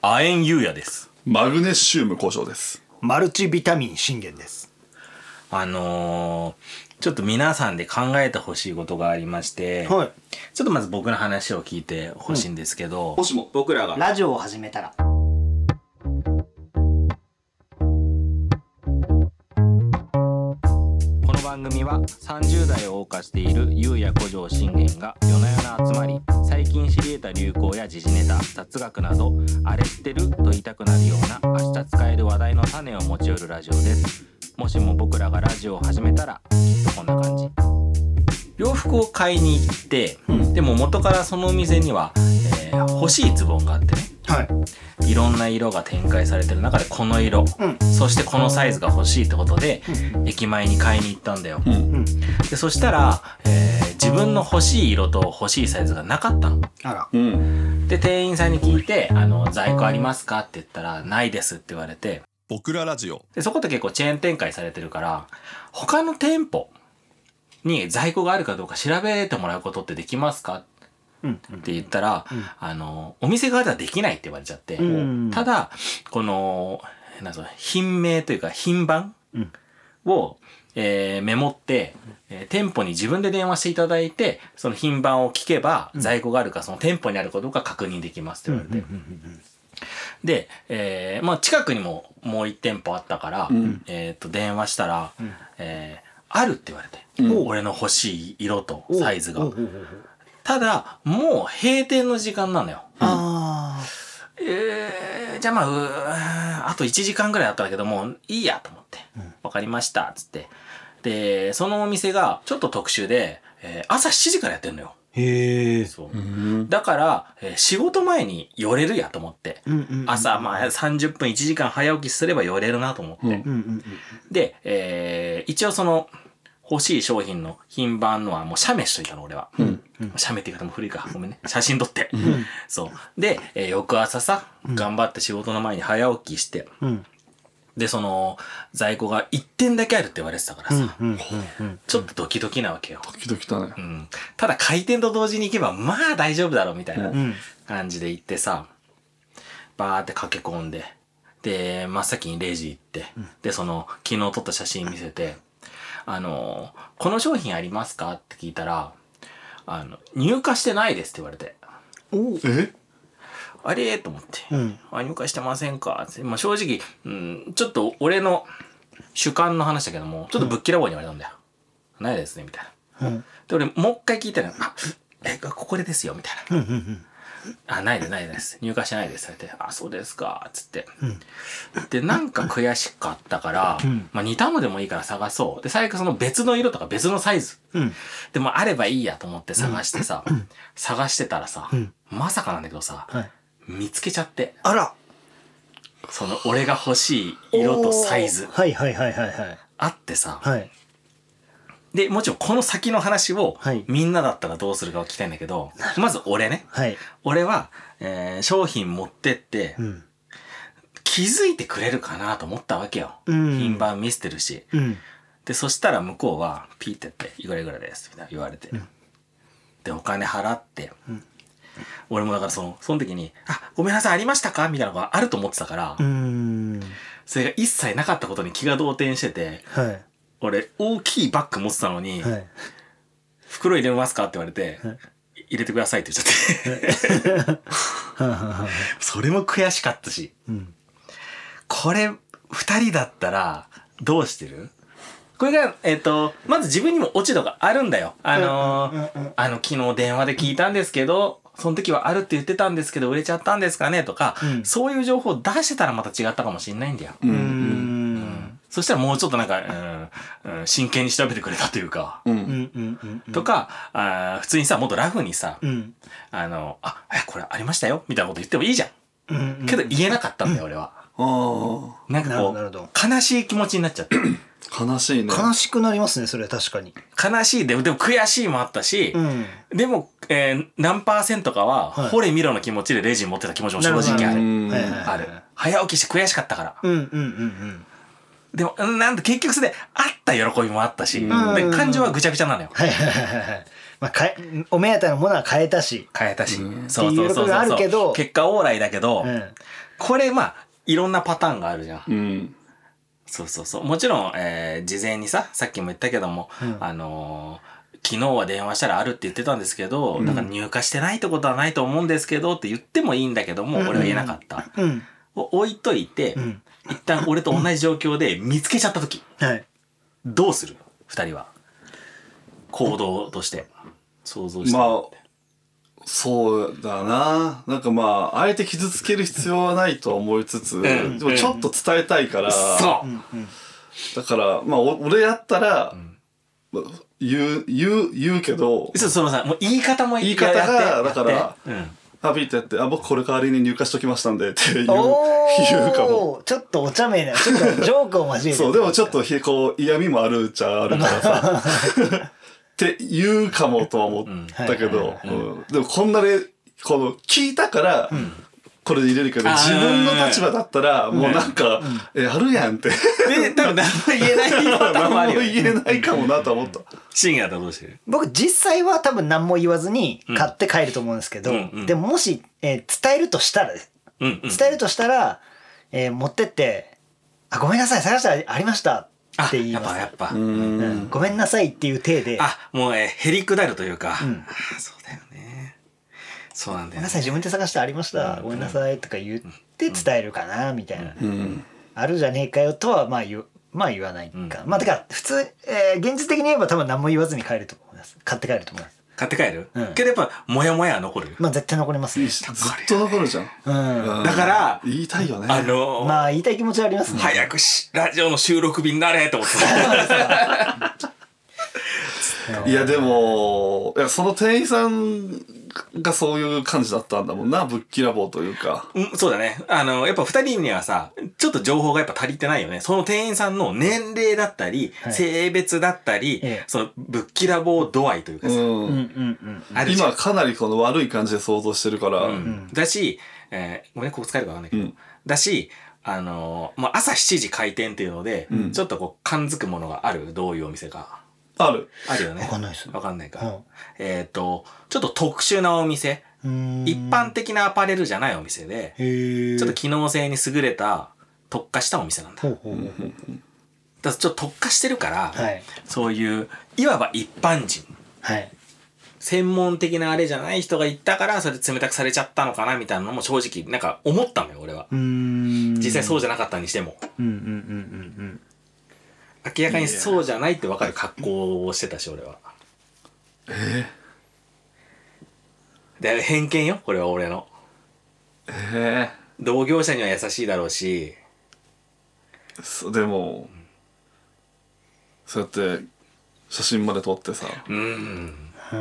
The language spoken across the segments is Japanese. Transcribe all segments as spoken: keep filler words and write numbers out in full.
亜鉛優也です。 マグネシウム胡椒です。 マルチビタミン信玄です。 あのー、ちょっと皆さんで考えてほしいことがありまして、 はい、 ちょっとまず僕の話を聞いてほしいんですけど、 うん、もしも僕らがラジオを始めたら、この番組はさんじゅう代を謳歌している優也古城信玄が夜な夜な集まり、最近知り得た流行や時事ネタ、雑学などあれ知ってると言いたくなるような明日使える話題の種を持ち寄るラジオです。もしも僕らがラジオを始めたら、きっとこんな感じ。洋服を買いに行って、うん、でも元からそのお店には、えー、欲しいズボンがあってね、 はい、 いろんな色が展開されてる中でこの色、うん、そしてこのサイズが欲しいってことで、うん、駅前に買いに行ったんだよ、うん、でそしたら、えー、自分の欲しい色と欲しいサイズがなかったの。 あら、 うん、で店員さんに聞いてあの在庫ありますかって言ったらないですって言われて、 僕らラジオでそこって結構チェーン展開されてるから他の店舗に在庫があるかどうか調べてもらうことってできますかって言ったら、うん、あのお店側ではできないって言われちゃって、うん、ただこのなんその品名というか品番を、えー、メモって、えー、店舗に自分で電話していただいてその品番を聞けば、うん、在庫があるかその店舗にあるかどうか確認できますって言われて、で、えーまあ、近くにももう一店舗あったから、うん、えー、と電話したら、うん、えー、あるって言われて、うん、俺の欲しい色とサイズが。ただもう閉店の時間なのよ。 あーえー、じゃあまああといちじかんぐらいあったんだけどもういいやと思って、うん、分かりましたっつって、でそのお店がちょっと特殊で、えー、朝しちじからやってんのよ。 へえ。 そう。だから、えー、仕事前に寄れるやと思って、うんうんうんうん、朝まあさんじゅっぷんいちじかん早起きすれば寄れるなと思って、うんうんうん、で、えー、一応その欲しい商品の品番のはもう写メしといたの俺は、うんうん、写メって言い方も古いかごめんね、写真撮って、うん、そうで、えー、翌朝さ頑張って仕事の前に早起きして、うん、でその在庫がいってんだけあるって言われてたからさ、うんうんうん、ちょっとドキドキなわけよ。 ドキドキだね、 うん、ただ開店と同時に行けばまあ大丈夫だろうみたいな感じで行ってさ、バーって駆け込んで、で真っ先にレジ行って、うん、でその昨日撮った写真見せて、あのこの商品ありますかって聞いたら、あの入荷してないですって言われて、 おえあれと思って、うん、あ入荷してませんかって、まあ、正直、うん、ちょっと俺の主観の話だけどもちょっとぶっきらぼうに言われたんだよ、うん、ないですねみたいな、うん、で俺もう一回聞いたらあえここでですよみたいな、うんうんうん、あないですないです入荷してないですって言って、あそうですかっつって、うん、でなんか悔しかったから、うん、まあ、似たのでもいいから探そう、で最悪その別の色とか別のサイズ、うん、でもあればいいやと思って探してさ、うん、探してたらさ、うん、まさかなんだけどさ、はい、見つけちゃって、 あらその俺が欲しい色とサイズはいはいはいはいはいあってさ、 はい、 でもちろんこの先の話を、はい、みんなだったらどうするかを聞きたいんだけど、まず俺ね、はい、俺は、えー、商品持ってって、うん、気づいてくれるかなと思ったわけよ、うん、品番見せてるし、うん、でそしたら向こうはピーってやっていくらいくらですみたいな言われて、うん、でお金払って、うん、俺もだからそのその時にあごめんなさいありましたかみたいなのがあると思ってたから、うーんそれが一切なかったことに気が動転してて、はい、俺大きいバッグ持ってたのに、はい、袋入れますかって言われて、はい、入れてくださいって言っちゃってそれも悔しかったし、うん、これふたりだったらどうしてる？これが、えっと、まず自分にも落ち度があるんだよ。あのー、あの、昨日電話で聞いたんですけど、その時はあるって言ってたんですけど、売れちゃったんですかねとか、うん、そういう情報を出してたらまた違ったかもしれないんだよ。うんうんうん、そしたらもうちょっとなんか、うんうん、真剣に調べてくれたというか、うん、とかあ、普通にさ、もっとラフにさ、うん、あの、あ、え、これありましたよみたいなこと言ってもいいじゃん。うんうん、けど言えなかったんだよ、俺は。あなんかこう、悲しい気持ちになっちゃって。 悲しいね。 悲しくなりますね、それは確かに。 悲しいで、でも悔しいもあったし、うん、でも、えー、何パーセントかは、はい、ほれ見ろの気持ちでレジに持ってた気持ちも正直ある。ある。早起きして悔しかったから。うんうんうんうん。でも、なんで結局それで、あった喜びもあったし、で感情はぐちゃぐちゃなのよ。 はいはいはいはい。まあ、かえお目当てのものは買えたし。 買えたし。 うん、そうそうそうそう。っていう喜びがあるけど。 結果オーライだけど、うん、 これまあいろんなパターンがあるじゃん。 うん。 そうそうそう。もちろん、えー、事前にさ、さっきも言ったけども、うん、あのー、昨日は電話したらあるって言ってたんですけど、うん、だから入荷してないってことはないと思うんですけどって言ってもいいんだけども、うん、俺は言えなかった。うん、を置いといて、うん、一旦俺と同じ状況で見つけちゃった時、はい、どうする二人は。行動として。想像して。 まあ、そうだな。なんかまあ、あえて傷つける必要はないとは思いつつ、うん、でもちょっと伝えたいから、 そう。 だから、まあ、俺やったら、うん、言う、言う、言うけど、 そのさ、もう言い方も言い方が、だから、ハビーってやって、あ、僕これ代わりに入荷しときましたんでって言う、言うかも。 ちょっとお茶目な、ちょっとジョークを交えて。 そう、でもちょっとこう、嫌味もあるっちゃあるからさ。って言うかもとは思ったけど、でもこんなにこの聞いたからこれで入れるけど、自分の立場だったらもうなんかえあるやんってで多分何も言えないパターンもあるよ、ね、 何も言えないかもなと思った。 シンだったらどうしてる？ 僕実際は多分何も言わずに買って帰ると思うんですけど、うんうんうん、でももし、えー、伝えるとしたらです、うんうん、伝えるとしたら、えー、持ってってあごめんなさい探したらありましたって言います。 やっぱやっぱ、 うん、ごめんなさいっていう体で、 あもう、えー、へりくだるというか、うん、あそうだよね、そうなんだよね。 ごめんなさい自分で探してありました、うん、ごめんなさいとか言って伝えるかなみたいな、うん、あるじゃねえかよとはまあ言まあ言わないか、うん、まあだから普通、えー、現実的に言えば多分何も言わずに帰ると思います。買って帰ると思います。 買って帰る、うん、けどやっぱモヤモヤは残る。 まあ絶対残りますね。 ずっと残るじゃん、 うん、だから言いたいよね。 あのー、 まあ言いたい気持ちはありますね。 早くしラジオの収録日になれと思っていやでもいやその店員さんがそういう感じだったんだもんな、ぶっきらぼうというか、 うん、そうだね。あのやっぱふたりにはさちょっと情報がやっぱ足りてないよね。その店員さんの年齢だったり、はい、性別だったり、ええ、そのぶっきらぼう度合いというかさ、うんうんうん、 今かなりこの悪い感じで想像してるから、うん、 だし、えー、ごめんねここ使えるかわかんないけど、うん、だしあのー、まあ、朝しちじ開店っていうので、うん、ちょっとこう感づくものがある。どういうお店かあるあるよね。 わかんないです。 わかんないか、うん、えっ、ー、とちょっと特殊なお店、一般的なアパレルじゃないお店で、ちょっと機能性に優れた特化したお店なんだ。だからちょっと特化してるから、はい、そういういわば一般人、はい、専門的なあれじゃない人が行ったからそれで冷たくされちゃったのかなみたいなのも正直なんか思ったのよ俺は。うーん、実際そうじゃなかったにしても、うんうんうんうんうん、明らかにそうじゃないって分かる格好をしてたし俺は。 えーで偏見よこれは俺の。 えー、同業者には優しいだろうし、 そでも、うん、そうやって写真まで撮ってさ、うん、 うん、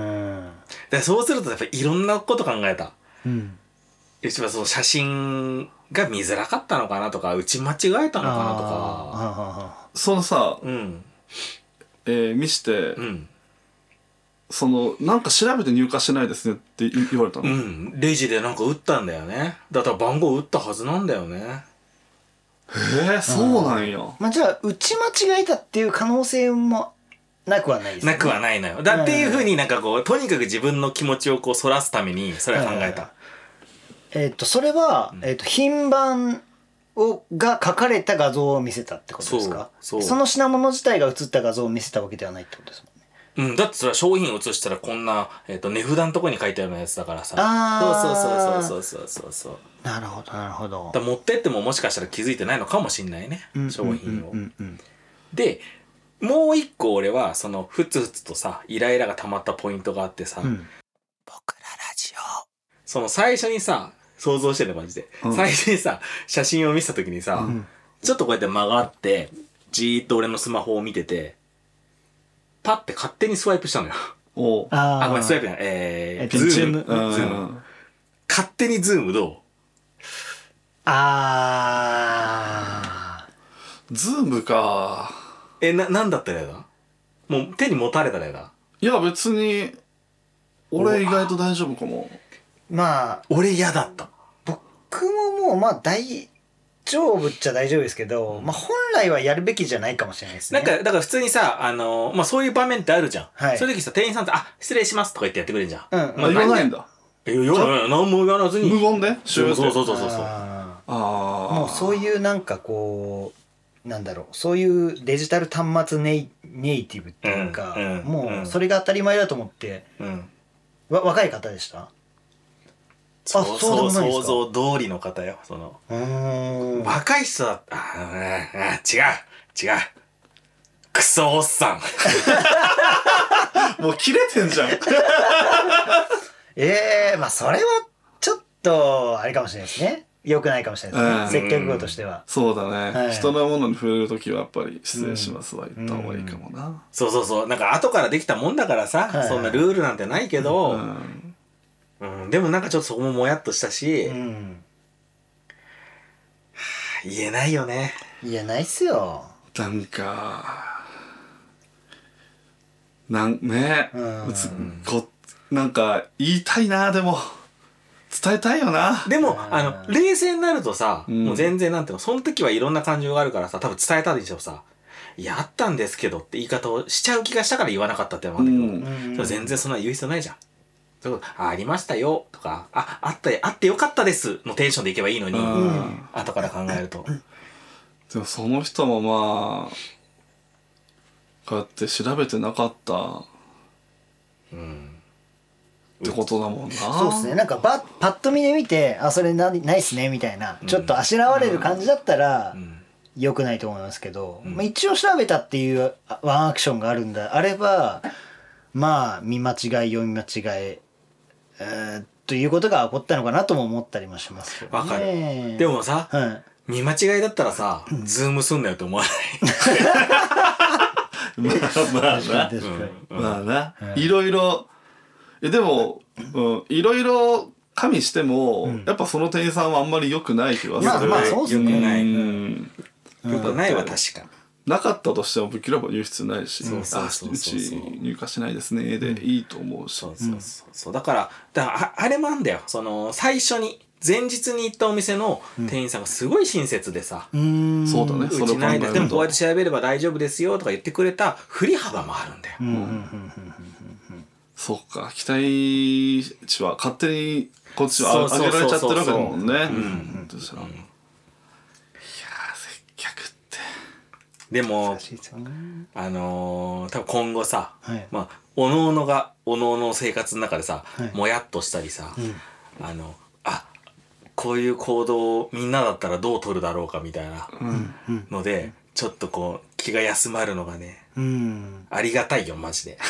でそうするとやっぱりいろんなこと考えた、うん、一番その写真が見づらかったのかなとか打ち間違えたのかなとか、 そのさ、うん、えー、見して、うん、そのなんか調べて入荷してないですねって言われたの。 うん、レジでなんか打ったんだよね。だから番号打ったはずなんだよね。 へえ、そうなんや。 まあじゃあ打ち間違えたっていう可能性もなくはないですね。 なくはないのよ。だっていうふうになんかこうとにかく自分の気持ちをこうそらすためにそれは考えた。 えっとそれは、えー、と品番をが書かれた画像を見せたってことですか？そうそう。その品物自体が写った画像を見せたわけではないってことですもんね。 うん、だってそれは商品を写したらこんな、えー、と値札のところに書いてあるようなやつだからさ。あそうそうそうそうそうそうそう。 なるほどなるほど。 だ持ってってももしかしたら気づいてないのかもしんないね、うん、商品を、うんうんうんうん。でもう一個俺はそのふつふつとさイライラが溜まったポイントがあってさ、うん、僕らラジオその最初にさ想像してるのマジで、うん、最初にさ写真を見せた時にさ、うん、ちょっとこうやって曲がってじーっと俺のスマホを見ててパッて勝手にスワイプしたのよ。おああごめんスワイプじゃないえー、ズームズーム勝手にズームどう？ あーズームかえななんだったらやだ？もう手に持たれたらやだ？ いや別に俺意外と大丈夫かも。 まあ俺嫌だった。 僕ももうまあ大丈夫っちゃ大丈夫ですけど、まあ本来はやるべきじゃないかもしれないですね。 なんかだから普通にさあのまあそういう場面ってあるじゃん、はい、そういう時さ店員さんってあ失礼しますとか言ってやってくれるじゃん、うん、 まあ、言わないんだ。 え言わない何も言わずに無言でそうそうそうそうそうああもうそういうなんかこうなんだろうそういうデジタル端末ネイ、ネイティブっていうか、うんうん、もうそれが当たり前だと思って、うん、わ若い方でした？あ、 そうそうでもないですか？想像通りの方よ。そのうーん若い人だったああ違う違うクソおっさんもう切れてんじゃんええー、まあそれはちょっとあれかもしれないですね。良くないかもしれないですね、接客業としては。 そうだね、はい、人のものに触れるときはやっぱり失礼しますは言った方がいいかもな、うんうん、 そうそうそうなんか後からできたもんだからさ、はいはい、そんなルールなんてないけど、うんうん、でもなんかちょっとそこももやっとしたし、うん、はあ、言えないよね。 言えないっすよ。 なんかなんね、うん、こなんか言いたいなでも伝えたいよな。 でもあの冷静になるとさ、うん、もう全然なんていうのその時はいろんな感情があるからさ多分伝えたでしょさいやあったんですけどって言い方をしちゃう気がしたから言わなかったってのもあるんだけど、うん、全然そんな言う必要ないじゃん。そういうこと あ, ありましたよとかああったあってよかったですのテンションでいけばいいのに、うん、後から考えるとでもその人もまあこうやって調べてなかった、うんってことだもんな。 そうですね。なんかばパッと見で見てあそれなないっすねみたいな、うん、ちょっとあしらわれる感じだったら、うん、良くないと思いますけど、うんまあ、一応調べたっていうワンアクションがあるんだあればまあ見間違い読み間違い、えー、ということが起こったのかなとも思ったりもしますけどね。 わかる。でもさ、はい、見間違いだったらさ、うん、ズームすんなよって思わないまあまあな、うん、まあな、いろいろえでも、うん、いろいろ加味しても、うん、やっぱその店員さんはあんまり良くない気はする。 まあまあそうですね。 良くない。うん、良くないは確か。 なかったとしてもぶっきらぼう言う必要ないし、そうそうそうそううち入荷しないですねでいいと思うし。 そうそうそうそうだからだからあれもあんだよ。その最初に前日に行ったお店の店員さんがすごい親切でさ、 うん、そうだね。 うちないです。でもこうやって調べれば大丈夫ですよとか言ってくれた振り幅もあるんだよ。うんうんうんうんそっか期待値は勝手にこっちは上げられちゃってるわけだもんね。いや接客ってでもあのー、多分今後さ、はい、まあおのおのがおのおの生活の中でさ、はい、もやっとしたりさ、うん、あのあこういう行動をみんなだったらどう取るだろうかみたいなので、うん、ちょっとこう気が休まるのがね、うん、ありがたいよマジで。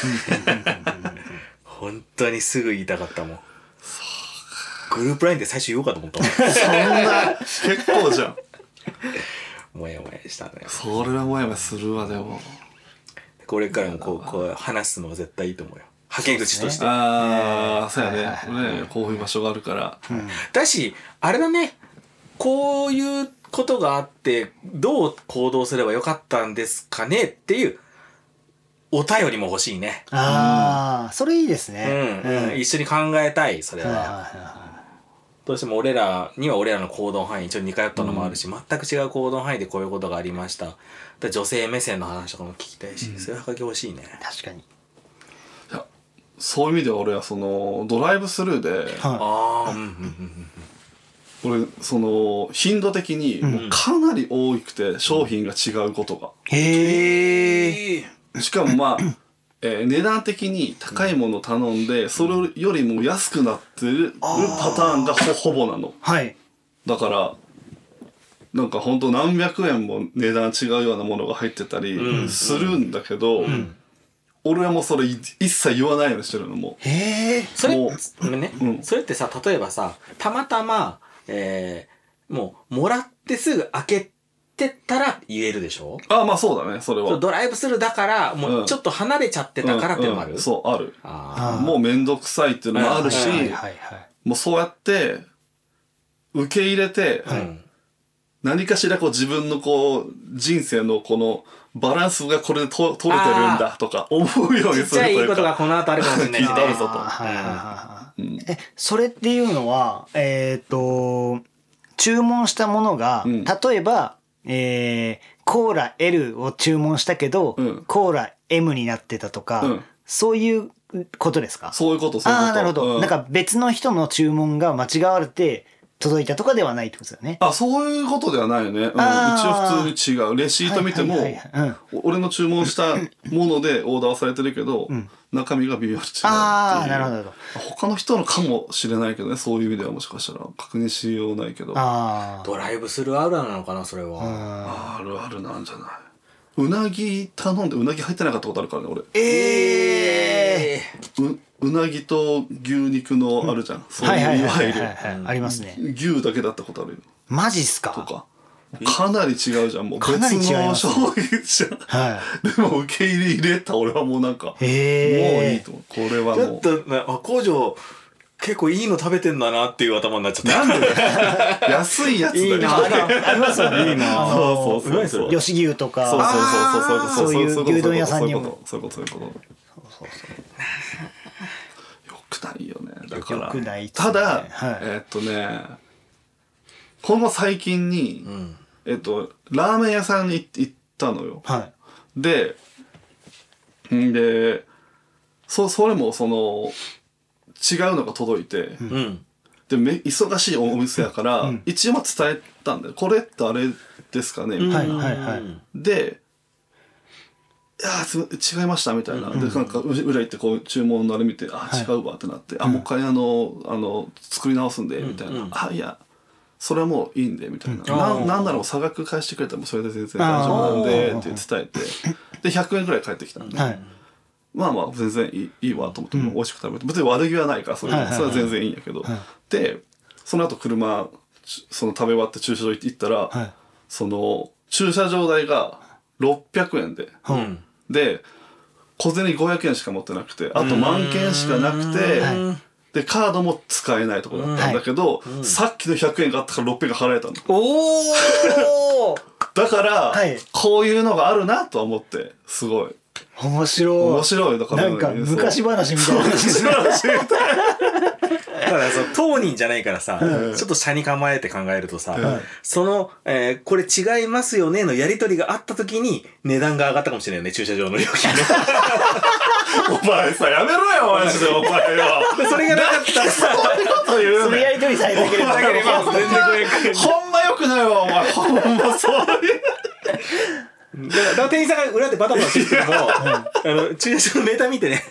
本当にすぐ言いたかったもん。グループラインで最初言おうかと思ったもん。 そんな結構じゃん。 もやもやしたね。 それはもやもやするわでも。 これからもこうこう話すのは絶対いいと思うよ。はけ口として。 ああ、そうやね。ね、こういう場所があるから。 うん、だしあれだね。こういうことがあってどう行動すればよかったんですかねっていう。お便りも欲しいね。 ああ、うん、それいいですね。 うん、うん、一緒に考えたいそれは。はいはいはい、どうしても俺らには俺らの行動範囲一応似通ったのもあるし、うん、全く違う行動範囲でこういうことがありました。で女性目線の話とかも聞きたいし、うん、そういうはがき欲しいね。 確かに。いや、そういう意味では俺はそのドライブスルーで、はい、ああ、うんうんうん、俺その頻度的にもうかなり多くて、うん、商品が違うことが。 へえ。 しかもまあ、えー、値段的に高いものを頼んで、うん、それよりも安くなってるパターンが ほ, ほぼなの、 はい、 だからなんかほんと何百円も値段違うようなものが入ってたりするんだけど、うんうん、俺はもうそれ一切言わないようにしてるのもう。へえ。 それごめんね、うん、それってさ例えばさたまたま、えー、もうもらってすぐ開けてったら言えるでしょ。 ああまあそうだねそれは。 ドライブスルーだからもうちょっと離れちゃってたからっていうのもある、 うんうんうん、そうある。あもうめんどくさいっていうのもあるし、もうそうやって受け入れて、はい、何かしらこう自分のこう人生のこのバランスがこれでと取れてるんだとか思うようにするというか、ちっちゃいいいことがこの後あるかもしれないしね。聞いてあるぞと、うん、えそれっていうのはえっ、ー、と注文したものが、うん、例えばえー、コーラ L を注文したけど、うん、コーラ M になってたとか、うん、そういうことですか？ そういうことそういうこと。 ああなるほど、うん、なんか別の人の注文が間違われて届いたとかではないってことだよね。 あ、そういうことではないよね、うん、一応普通に違うレシート見ても、俺の注文したものでオーダーされてるけど、うん、中身が微妙に違うっていう。 ああ、なるほど。 他の人のかもしれないけどね、そういう意味ではもしかしたら確認しようないけど。 あ、ドライブスルーあるあるなのかなそれは。 あるあるなんじゃない。うなぎ頼んでうなぎ入ってなかったことあるからね俺。 ええー、ううなぎと牛肉のあるじゃん、うん、そういういわゆるありますね。 牛だけだったことあるよ。 マジっすか。 とかかなり違うじゃん、もう別の商品じゃん、はい、でも受け入れた俺はもうなんかもういいと思う。これはもうちょっとあ工場結構いいの食べてんだなっていう頭になっちゃった。 なんで安いやつだよ。いいなありますよね。いいな。 そうそうそう。 吉牛とか。 そうそうそうそう。 そういう牛丼屋さんにも。 そういうことそういうこと。そうそうそう。よくないよね。だから。 よくない。 ただえっとね、この最近にえっとラーメン屋さんに行ったのよ。はい。で、んで、そそれもその。違うのが届いて、うん、でめ忙しいお店やから、うん、一応まあ伝えたんだよ。これってあれですかねみたいな、はいはいはい、でいや違いましたみたいな、うん、でなんか裏行ってこう注文のあれ見て、あ違うわってなって、はい、あもう一回あのあの作り直すんでみたいな、うん、あいやそれはもういいんでみたいな、うん、な, なんなら差額返してくれたらそれで全然大丈夫なんでって伝えて、でひゃくえんぐらい返ってきたんで、はい、まあまあ全然い い, いいわと思って、うん、美味しく食べて別に悪気はないからそれは、はいはいはい、それは全然いいんやけど、はい、でその後車その食べ終わって駐車場行ったら、はい、その駐車場代がろっぴゃくえんで、うん、で小銭ごひゃくえんしか持ってなくてあと満券しかなくて、でカードも使えないとこだったんだけど、はい、さっきのひゃくえんがあったからろっぴゃくえん払えたの。おだから、はい、こういうのがあるなと思ってすごい面白い面白い。だから、 ね、なんか昔話みたいな昔話みたいだからその当人じゃないからさ、うん、ちょっと車に構えて考えるとさ、うん、その、えー、これ違いますよねのやり取りがあった時に値段が上がったかもしれないよね、駐車場の料金のお前さやめろよマジでお前はそれがなかったらさそういうこと言うね、 それやり取りされたければ全然ほんまよくないわお前ほんまそういうだから、だから店員さんが裏でバタバタしてるのも、あの駐車場のメーター見てね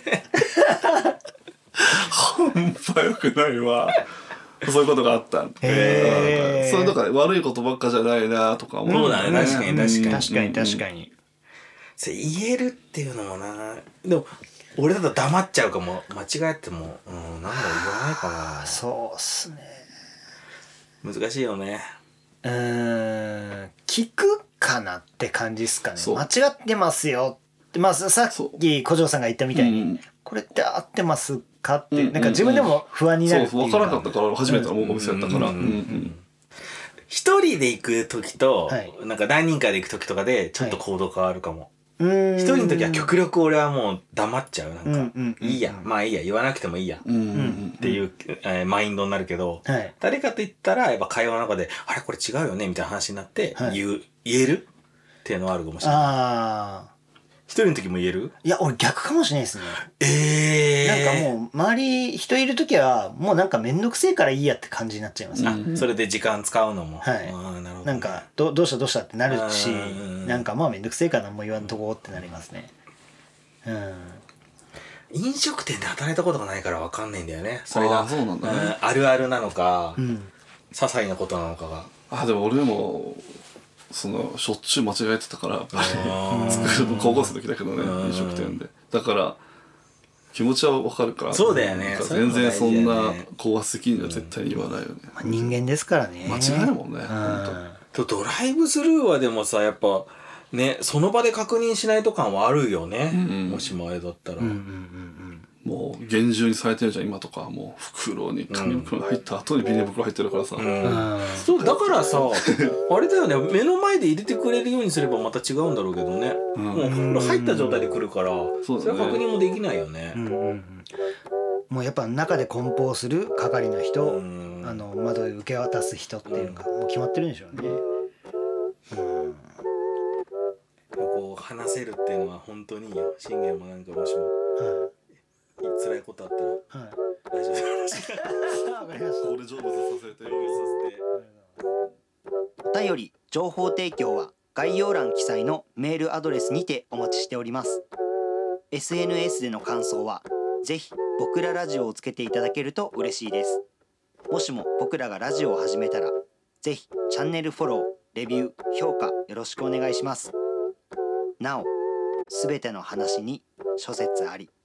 ほんまよくないわそういうことがあったんで、そういうとか悪いことばっかじゃないなとか思う。そうだね、確かに確かに確かに確かに。 それ言えるっていうのもな、でも俺だと黙っちゃうかも、間違えても、うん、なんだろう言わないかな。 そうっすね。 難しいよね。 うーん、聞くかなって感じっすかね。間違ってますよって、まあさっき小城さんが言ったみたいに、うん、これって合ってますかって、うん、なんか自分でも不安になるっていうか、 そう分からなかったから初めてのお店やったから。 一人で行く時と、はい、なんか何人かで行く時とかでちょっと行動変わるかも。一、はい、人の時は極力俺はもう黙っちゃう。なんか、いいや、まあいいや、言わなくてもいいやっていう、えー、マインドになるけど、はい、誰かと言ったらやっぱ会話の中であれこれ違うよねみたいな話になって言う、はい、言えるっていうのはあるかもしれない。ああ。一人の時も言える？ いや俺逆かもしれないですね。 ええー。 なんかもう周り人いる時はもうなんかめんどくせえからいいやって感じになっちゃいます、ね。 あ、それで時間使うのも。 はい。あ、なるほど。なんかどどうしたどうしたってなるし、なんかまあめんどくせえから何も言わんとこってなりますね。うん。 飲食店で働いたことがないからわかんないんだよね。それがあ、そうなんだね、 うん、あるあるなのか、うん、些細なことなのかが。 あ、でも俺も。そのしょっちゅう間違えてたから作るの高校生の時だけどね飲食店でだから気持ちは分かるからそうだよね全然そんな高圧的には絶対に言わないよね、 まあ、人間ですからね間違えるもんね本当ドライブスルーはでもさやっぱねその場で確認しないと感はあるよね、うんうん、もしもあれだったら、うんうんうん、 もう厳重にされてるじゃん今とかもう袋に紙袋が入った後にビニール袋入ってるからさ、うん、 そうだからさあれだよね目の前で入れてくれるようにすればまた違うんだろうけどね、うん、もう袋入った状態で来るから、うん、それは確認もできないよね、うんうんうん、 もうやっぱ中で梱包する係の人、うん、あの窓で受け渡す人っていうのがもう決まってるんでしょうね、うん、 こう話せるっていうのは本当にいいよ。信玄もなんかもしも、はい、辛いことあったら、はい大丈夫ですわかりました。 俺成仏させてよ。 お便り情報提供は概要欄記載のメールアドレスにてお待ちしております。 エスエヌエス での感想はぜひ僕らラジオをつけていただけると嬉しいです。もしも僕らがラジオを始めたらぜひチャンネルフォロー、レビュー、評価よろしくお願いします。なお、すべての話に諸説あり。